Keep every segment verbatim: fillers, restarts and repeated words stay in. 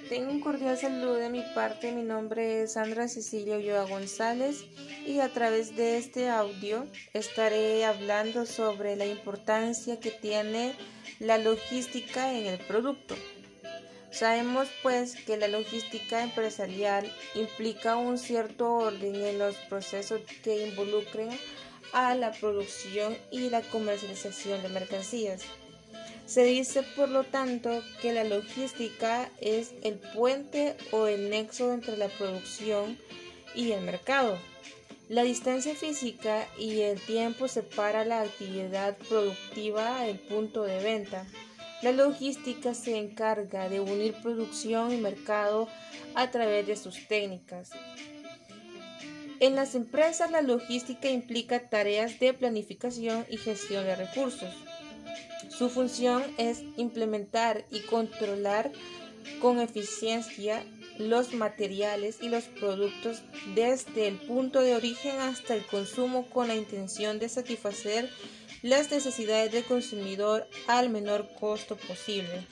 Tengo un cordial saludo de mi parte. Mi nombre es Sandra Cecilia Ulloa González y a través de este audio estaré hablando sobre la importancia que tiene la logística en el producto. Sabemos pues que la logística empresarial implica un cierto orden en los procesos que involucren a la producción y la comercialización de mercancías. Se dice, por lo tanto, que la logística es el puente o el nexo entre la producción y el mercado. La distancia física y el tiempo separa la actividad productiva del punto de venta. La logística se encarga de unir producción y mercado a través de sus técnicas. En las empresas, la logística implica tareas de planificación y gestión de recursos. Su función es implementar y controlar con eficiencia los materiales y los productos desde el punto de origen hasta el consumo con la intención de satisfacer las necesidades del consumidor al menor costo posible.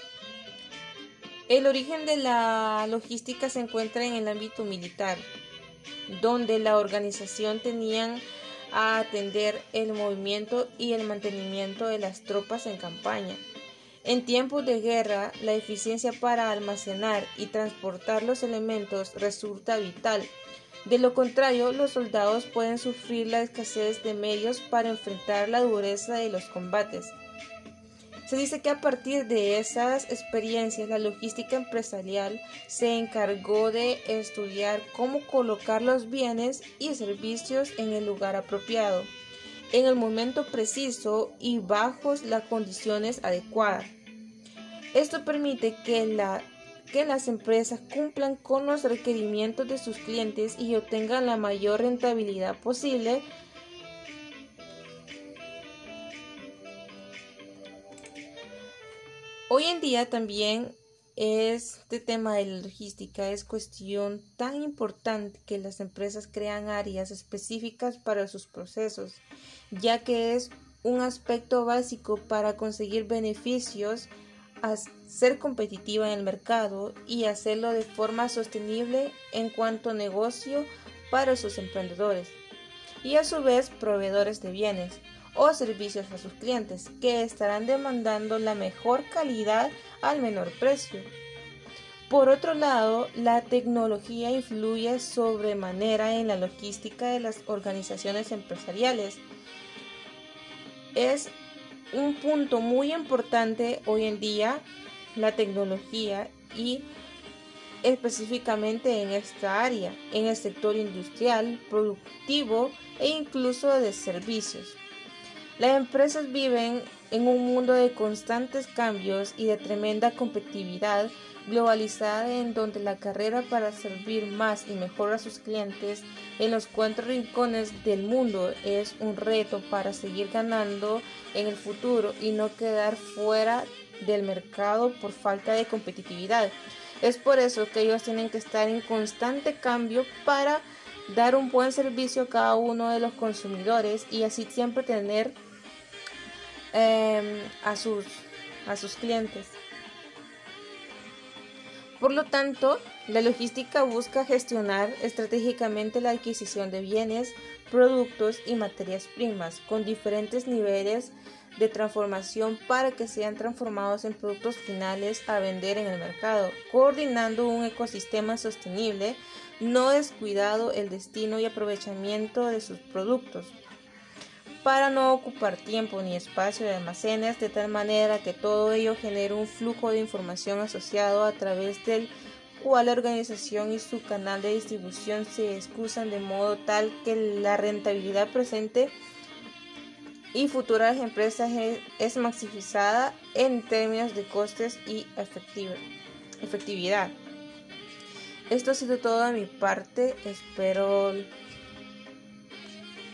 El origen de la logística se encuentra en el ámbito militar, donde la organización tenía a atender el movimiento y el mantenimiento de las tropas en campaña. En tiempos de guerra, la eficiencia para almacenar y transportar los elementos resulta vital. De lo contrario, los soldados pueden sufrir la escasez de medios para enfrentar la dureza de los combates. Se dice que a partir de esas experiencias, la logística empresarial se encargó de estudiar cómo colocar los bienes y servicios en el lugar apropiado, en el momento preciso y bajo las condiciones adecuadas. Esto permite que, la, que las empresas cumplan con los requerimientos de sus clientes y obtengan la mayor rentabilidad posible. Hoy en día también este tema de la logística es cuestión tan importante que las empresas crean áreas específicas para sus procesos, ya que es un aspecto básico para conseguir beneficios, a ser competitiva en el mercado y hacerlo de forma sostenible en cuanto a negocio para sus emprendedores y a su vez proveedores de bienes o servicios a sus clientes, que estarán demandando la mejor calidad al menor precio. Por otro lado, la tecnología influye sobremanera en la logística de las organizaciones empresariales. Es un punto muy importante hoy en día la tecnología y específicamente en esta área, en el sector industrial, productivo e incluso de servicios. Las empresas viven en un mundo de constantes cambios y de tremenda competitividad globalizada, en donde la carrera para servir más y mejor a sus clientes en los cuatro rincones del mundo es un reto para seguir ganando en el futuro y no quedar fuera del mercado por falta de competitividad. Es por eso que ellos tienen que estar en constante cambio para dar un buen servicio a cada uno de los consumidores y así siempre tener eh, a, sus, a sus clientes. Por lo tanto, la logística busca gestionar estratégicamente la adquisición de bienes, productos y materias primas con diferentes niveles de transformación para que sean transformados en productos finales a vender en el mercado, coordinando un ecosistema sostenible, no descuidado el destino y aprovechamiento de sus productos, para no ocupar tiempo ni espacio de almacenes, de tal manera que todo ello genere un flujo de información asociado a través del cual la organización y su canal de distribución se excusan de modo tal que la rentabilidad presente y futura de las empresas es, es maximizada en términos de costes y efectividad. Esto ha sido todo de mi parte. Espero